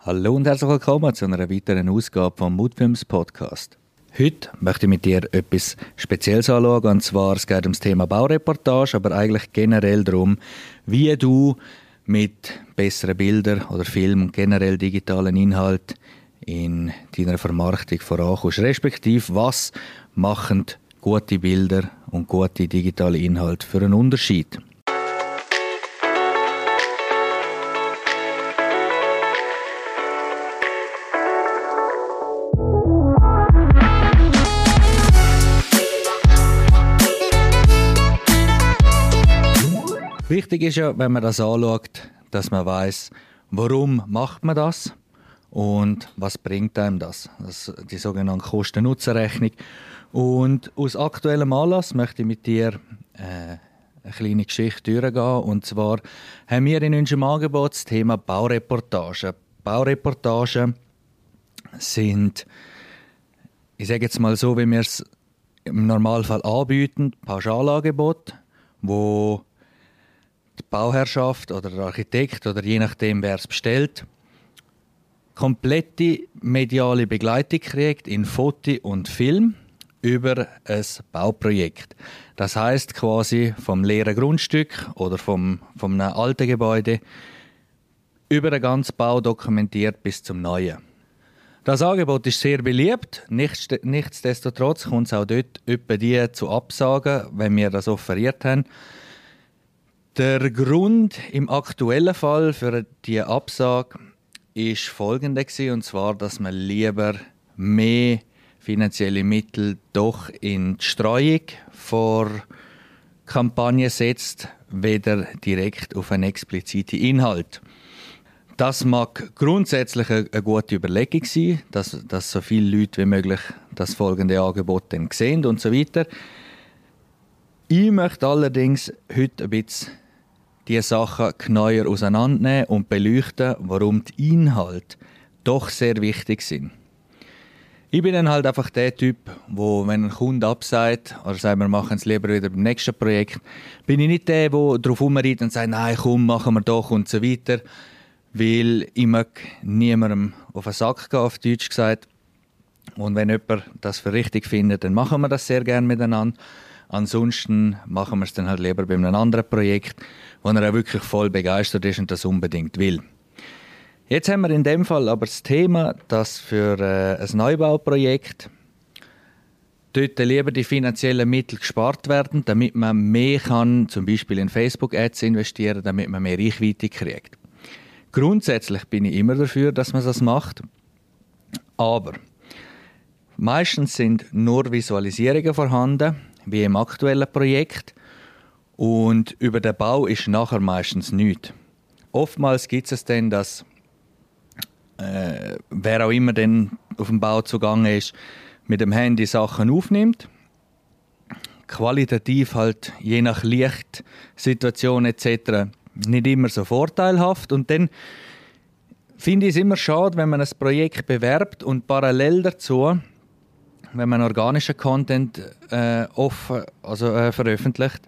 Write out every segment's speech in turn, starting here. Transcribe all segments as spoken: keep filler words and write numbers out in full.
Hallo und herzlich willkommen zu einer weiteren Ausgabe vom Mutfilms Podcast. Heute möchte ich mit dir etwas Spezielles anschauen, und zwar es geht um das Thema Baureportage, aber eigentlich generell darum, wie du mit besseren Bildern oder Film, generell digitalen Inhalt in deiner Vermarktung vorankommst. Respektive, was machen gute Bilder und gute digitale Inhalte für einen Unterschied? Wichtig ist ja, wenn man das anschaut, dass man weiss, warum macht man das und was bringt einem das. Das ist die sogenannte Kosten-Nutzen-Rechnung. Und aus aktuellem Anlass möchte ich mit dir äh, eine kleine Geschichte durchgehen. Und zwar haben wir in unserem Angebot das Thema Baureportagen. Baureportagen sind, ich sage jetzt mal so, wie wir es im Normalfall anbieten, Pauschalangebote, wo die Bauherrschaft oder der Architekt oder je nachdem, wer es bestellt, komplette mediale Begleitung kriegt in Foto und Film über ein Bauprojekt. Das heißt quasi vom leeren Grundstück oder vom, vom einem alten Gebäude über den ganzen Bau dokumentiert bis zum neuen. Das Angebot ist sehr beliebt. Nichtsdestotrotz kommt es auch dort etwa die zu Absagen, wenn wir das offeriert haben. Der Grund im aktuellen Fall für die Absage ist folgender gewesen, und zwar, dass man lieber mehr finanzielle Mittel doch in die Streuung vor Kampagnen setzt, weder direkt auf einen expliziten Inhalt. Das mag grundsätzlich eine gute Überlegung sein, dass, dass so viele Leute wie möglich das folgende Angebot dann sehen und so weiter. Ich möchte allerdings heute ein bisschen diese Sachen genauer auseinandernehmen und beleuchten, warum die Inhalte doch sehr wichtig sind. Ich bin dann halt einfach der Typ, wo, wenn ein Kunde absagt, oder sagt, wir machen es lieber wieder beim nächsten Projekt, bin ich nicht der, der darauf herumreitet und sagt, nein, komm, machen wir doch und so weiter, weil ich mag niemandem auf den Sack gehen, auf Deutsch gesagt. Und wenn jemand das für richtig findet, dann machen wir das sehr gerne miteinander. Ansonsten machen wir es dann halt lieber bei einem anderen Projekt, wo er auch wirklich voll begeistert ist und das unbedingt will. Jetzt haben wir in dem Fall aber das Thema, dass für äh, ein Neubauprojekt dort lieber die finanziellen Mittel gespart werden, damit man mehr kann, zum Beispiel in Facebook-Ads investieren, damit man mehr Reichweite kriegt. Grundsätzlich bin ich immer dafür, dass man das macht, aber meistens sind nur Visualisierungen vorhanden, wie im aktuellen Projekt. Und über den Bau ist nachher meistens nichts. Oftmals gibt es dann, dass äh, wer auch immer dann auf dem Bau zugange ist, mit dem Handy Sachen aufnimmt. Qualitativ halt je nach Lichtsituation et cetera nicht immer so vorteilhaft. Und dann finde ich es immer schade, wenn man ein Projekt bewerbt und parallel dazu, wenn man organischen Content äh, offen, also, äh, veröffentlicht,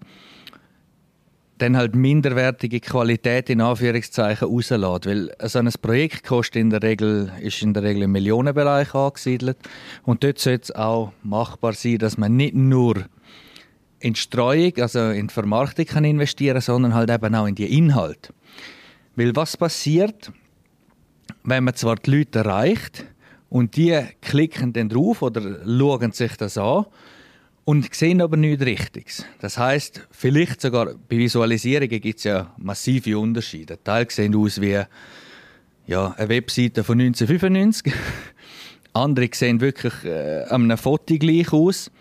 dann halt minderwertige Qualität in Anführungszeichen rauslässt. Weil so ein Projekt kostet in der Regel, ist in der Regel im Millionenbereich angesiedelt. Und dort sollte es auch machbar sein, dass man nicht nur in die Streuung, also in die Vermarktung kann investieren, sondern halt eben auch in die Inhalte. Weil was passiert, wenn man zwar die Leute erreicht, und die klicken dann drauf oder schauen sich das an und sehen aber nichts Richtiges. Das heisst, vielleicht sogar bei Visualisierungen gibt es ja massive Unterschiede. Teile sehen aus wie ja, eine Webseite von neunzehnhundertfünfundneunzig. Andere sehen wirklich äh, an einem Foto gleich aus.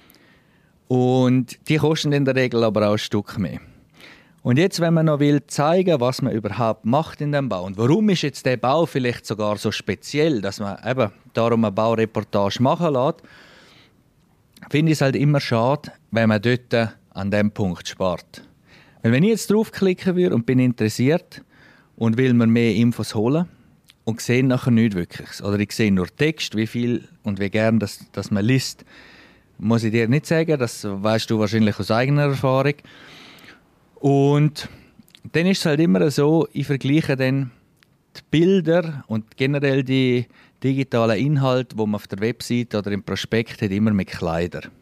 Und die kosten in der Regel aber auch ein Stück mehr. Und jetzt, wenn man noch will zeigen, was man überhaupt macht in dem Bau und warum ist jetzt der Bau vielleicht sogar so speziell, dass man eben darum eine Baureportage machen lässt, finde ich es halt immer schade, wenn man dort an dem Punkt spart. Weil wenn ich jetzt draufklicken würde und bin interessiert und will mir mehr Infos holen und sehe nachher nichts Wirkliches, oder ich sehe nur Text, wie viel und wie gern das, das man liest, muss ich dir nicht sagen, das weißt du wahrscheinlich aus eigener Erfahrung. Und dann ist es halt immer so, ich vergleiche dann die Bilder und generell die digitalen Inhalte, die man auf der Webseite oder im Prospekt hat, immer mit Kleidern.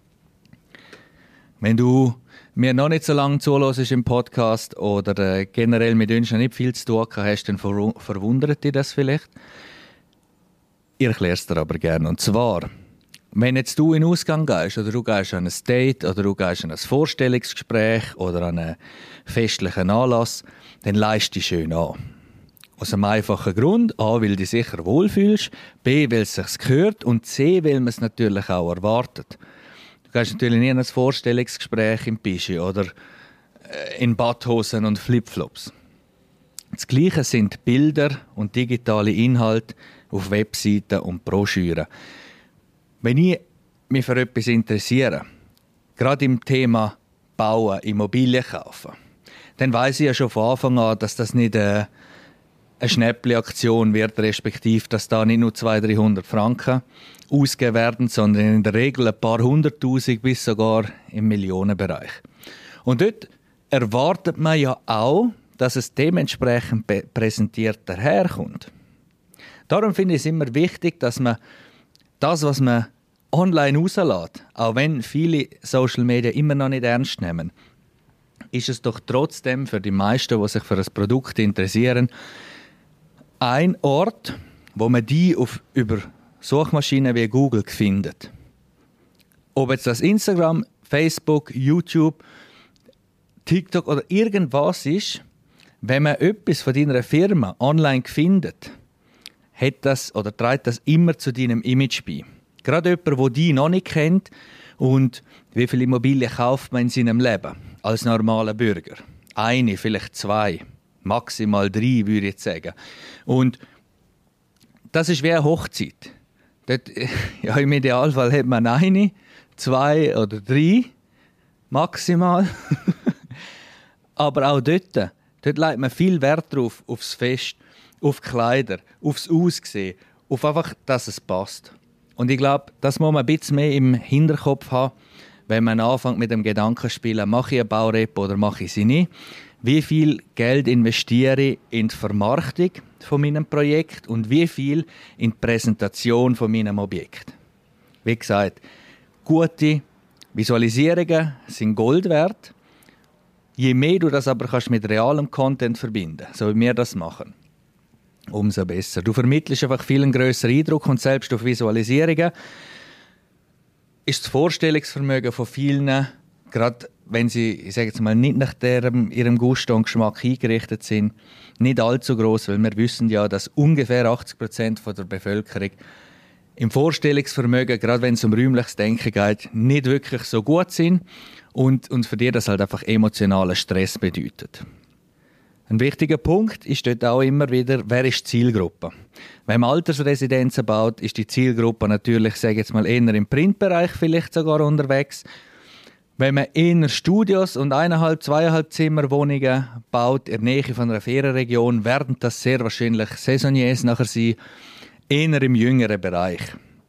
Wenn du mir noch nicht so lange zuhörst im Podcast oder äh, generell mit uns noch nicht viel zu tun hast, dann ver- verwundert dich das vielleicht. Ich erkläre es dir aber gerne. Und zwar, wenn jetzt du in den Ausgang gehst oder du gehst an ein Date oder du gehst an ein Vorstellungsgespräch oder an einen festlichen Anlass, dann leist dich schön an. Aus einem einfachen Grund. A, weil du dich sicher wohlfühlst, B, weil es sich gehört und C, weil man es natürlich auch erwartet. Du gehst natürlich nie an ein Vorstellungsgespräch im Pischi oder in Badhosen und Flipflops. Das Gleiche sind Bilder und digitale Inhalte auf Webseiten und Broschüren. Wenn ich mich für etwas interessiere, gerade im Thema Bauen, Immobilien kaufen, dann weiss ich ja schon von Anfang an, dass das nicht eine, eine Schnäppli-Aktion wird, respektive, dass da nicht nur zweihundert, dreihundert Franken ausgegeben werden, sondern in der Regel ein paar hunderttausend bis sogar im Millionenbereich. Und dort erwartet man ja auch, dass es dementsprechend präsentiert daherkommt. Darum finde ich es immer wichtig, dass man das, was man online rauslässt, auch wenn viele Social Media immer noch nicht ernst nehmen, ist es doch trotzdem für die meisten, die sich für ein Produkt interessieren, ein Ort, wo man die auf, über Suchmaschinen wie Google findet. Ob jetzt das Instagram, Facebook, YouTube, TikTok oder irgendwas ist, wenn man etwas von deiner Firma online findet, hat das oder trägt das immer zu deinem Image bei. Gerade jemand, der dich noch nicht kennt und wie viele Immobilien kauft man in seinem Leben als normaler Bürger? Eine, vielleicht zwei, maximal drei, würde ich jetzt sagen. Und das ist wie eine Hochzeit. Dort, ja, im Idealfall hat man eine, zwei oder drei, maximal. Aber auch dort, dort legt man viel Wert drauf, aufs Fest, auf die Kleider, aufs Aussehen, auf einfach, dass es passt. Und ich glaube, das muss man ein bisschen mehr im Hinterkopf haben, wenn man anfängt mit dem Gedankenspielen, mache ich eine Baurep oder mache ich sie nicht? Wie viel Geld investiere ich in die Vermarktung von meinem Projekt und wie viel in die Präsentation von meinem Objekt? Wie gesagt, gute Visualisierungen sind Gold wert. Je mehr du das aber kannst mit realem Content verbinden, so wie wir das machen, umso besser. Du vermittelst einfach viel einen grösseren Eindruck und selbst auf Visualisierungen ist das Vorstellungsvermögen von vielen, gerade wenn sie, ich sage jetzt mal, nicht nach deren, ihrem Gusto und Geschmack eingerichtet sind, nicht allzu groß, weil wir wissen ja, dass ungefähr achtzig Prozent der Bevölkerung im Vorstellungsvermögen, gerade wenn es um räumliches Denken geht, nicht wirklich so gut sind und, und für die das halt einfach emotionalen Stress bedeutet. Ein wichtiger Punkt ist dort auch immer wieder, wer ist die Zielgruppe? Wenn man Altersresidenzen baut, ist die Zielgruppe natürlich, sage ich jetzt mal, eher im Printbereich vielleicht sogar unterwegs. Wenn man eher Studios und eineinhalb, zweieinhalb Zimmerwohnungen baut in der Nähe von einer Ferienregion, werden das sehr wahrscheinlich Saisonniers nachher sein, eher im jüngeren Bereich.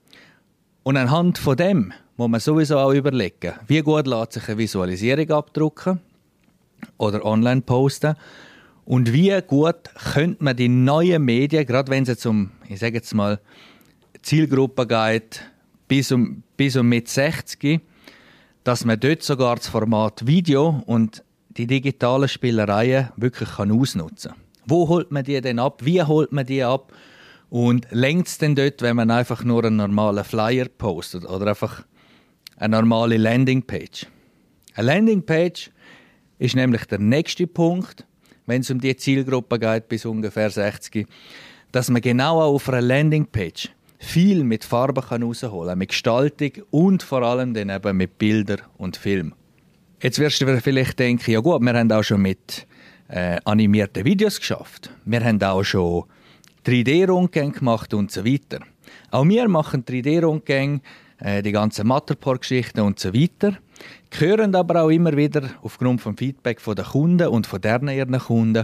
Und anhand von dem muss man sowieso auch überlegen, wie gut lässt sich eine Visualisierung abdrucken oder online posten und wie gut könnte man die neuen Medien, gerade wenn es jetzt um, ich sage jetzt mal, Zielgruppe geht, bis um, bis um mit sechzig, dass man dort sogar das Format Video und die digitalen Spielereien wirklich kann ausnutzen kann. Wo holt man die denn ab? Wie holt man die ab? Und lenkt es denn dort, wenn man einfach nur einen normalen Flyer postet oder einfach eine normale Landingpage? Eine Landingpage ist nämlich der nächste Punkt, wenn es um die Zielgruppe geht, bis ungefähr sechzig, dass man genau auch auf einer Landingpage viel mit Farben herausholen kann, mit Gestaltung und vor allem dann eben mit Bildern und Film. Jetzt wirst du vielleicht denken, ja gut, wir haben auch schon mit äh, animierten Videos geschafft. Wir haben auch schon drei D-Rundgänge gemacht und so weiter. Auch wir machen drei D-Rundgänge, äh, die ganzen Matterport-Geschichten und so weiter. Hören aber auch immer wieder aufgrund vom Feedback von den Kunden und von deren ihren Kunden,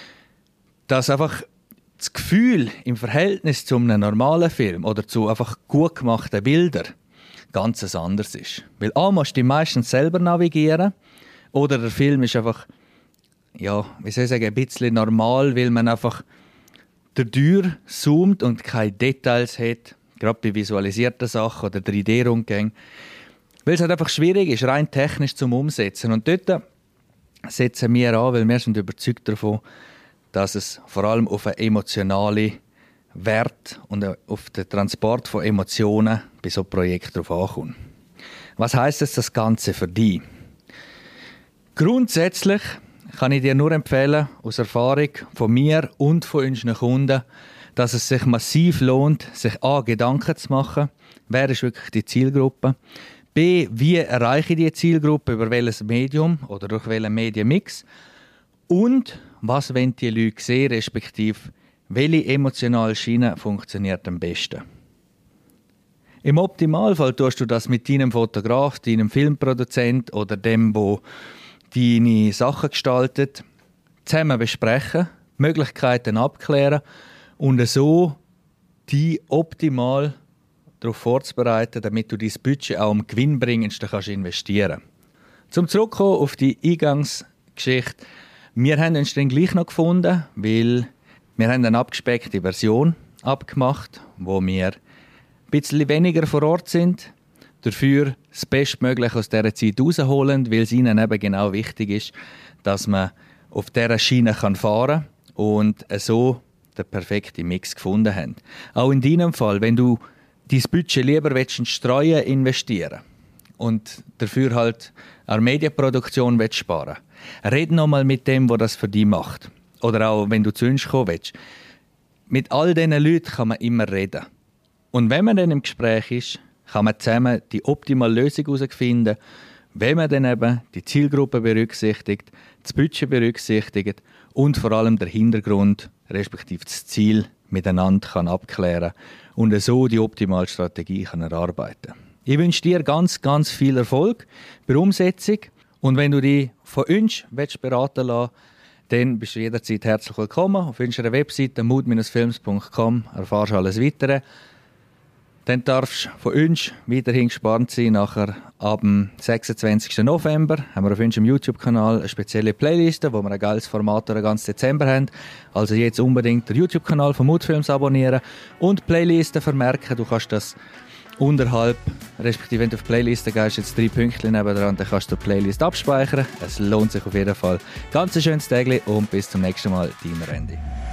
dass einfach das Gefühl im Verhältnis zu einem normalen Film oder zu einfach gut gemachten Bildern ganz anders ist. Weil A, musst du die meistens selber navigieren oder der Film ist einfach, ja, wie soll ich sagen, ein bisschen normal, weil man einfach dadurch zoomt und keine Details hat, gerade bei visualisierten Sachen oder drei D-Rundgängen, weil es halt einfach schwierig ist, rein technisch zum Umsetzen. Und dort setzen wir an, weil wir sind überzeugt davon, dass es vor allem auf einen emotionalen Wert und auf den Transport von Emotionen bei so einem Projekt drauf ankommt. Was heisst jetzt das Ganze für dich? Grundsätzlich kann ich dir nur empfehlen, aus Erfahrung von mir und von unseren Kunden, dass es sich massiv lohnt, sich A, Gedanken zu machen, wer ist wirklich die Zielgruppe, B, wie erreiche ich die Zielgruppe, über welches Medium oder durch welchen Medienmix und was wollen die Leute sehen, respektive welche emotionale Schiene funktioniert am besten. Im Optimalfall tust du das mit deinem Fotograf, deinem Filmproduzent oder dem, der deine Sachen gestaltet, zusammen besprechen, Möglichkeiten abklären und so die optimal darauf vorzubereiten, damit du dein Budget auch am gewinnbringendsten kannst investieren kannst. Zum Zurückkommen auf die Eingangsgeschichte. Wir haben uns dann gleich noch gefunden, weil wir haben eine abgespeckte Version abgemacht, wo wir ein bisschen weniger vor Ort sind, dafür das Bestmögliche aus dieser Zeit rausholen, weil es ihnen eben genau wichtig ist, dass man auf dieser Schiene fahren kann und so den perfekten Mix gefunden haben. Auch in deinem Fall, wenn du dein Budget lieber in Streuen investieren und dafür halt an Medienproduktion sparen willst, red nochmal mit dem, der das für dich macht. Oder auch, wenn du zu uns kommen willst. Mit all diesen Leuten kann man immer reden. Und wenn man dann im Gespräch ist, kann man zusammen die optimale Lösung herausfinden, wenn man dann eben die Zielgruppe berücksichtigt, das Budget berücksichtigt und vor allem den Hintergrund, respektive das Ziel, miteinander kann abklären und so die optimale Strategie kann erarbeiten. Ich wünsche dir ganz, ganz viel Erfolg bei der Umsetzung und wenn du dich von uns beraten lassen willst, dann bist du jederzeit herzlich willkommen. Auf unserer Webseite mood Bindestrich films Punkt com erfährst du alles Weitere. Dann darfst du von uns weiterhin gespannt sein. Nachher ab dem sechsundzwanzigsten November haben wir auf unserem YouTube-Kanal eine spezielle Playlist, wo wir ein geiles Format den ganzen Dezember haben. Also jetzt unbedingt den YouTube-Kanal von Moodfilms abonnieren und die Playlisten vermerken. Du kannst das unterhalb, respektive wenn du auf die Playliste gehst, jetzt drei Pünktchen nebenan, dann kannst du die Playlist abspeichern. Es lohnt sich auf jeden Fall. Ganz ein schönes Tag und bis zum nächsten Mal, dein Randy.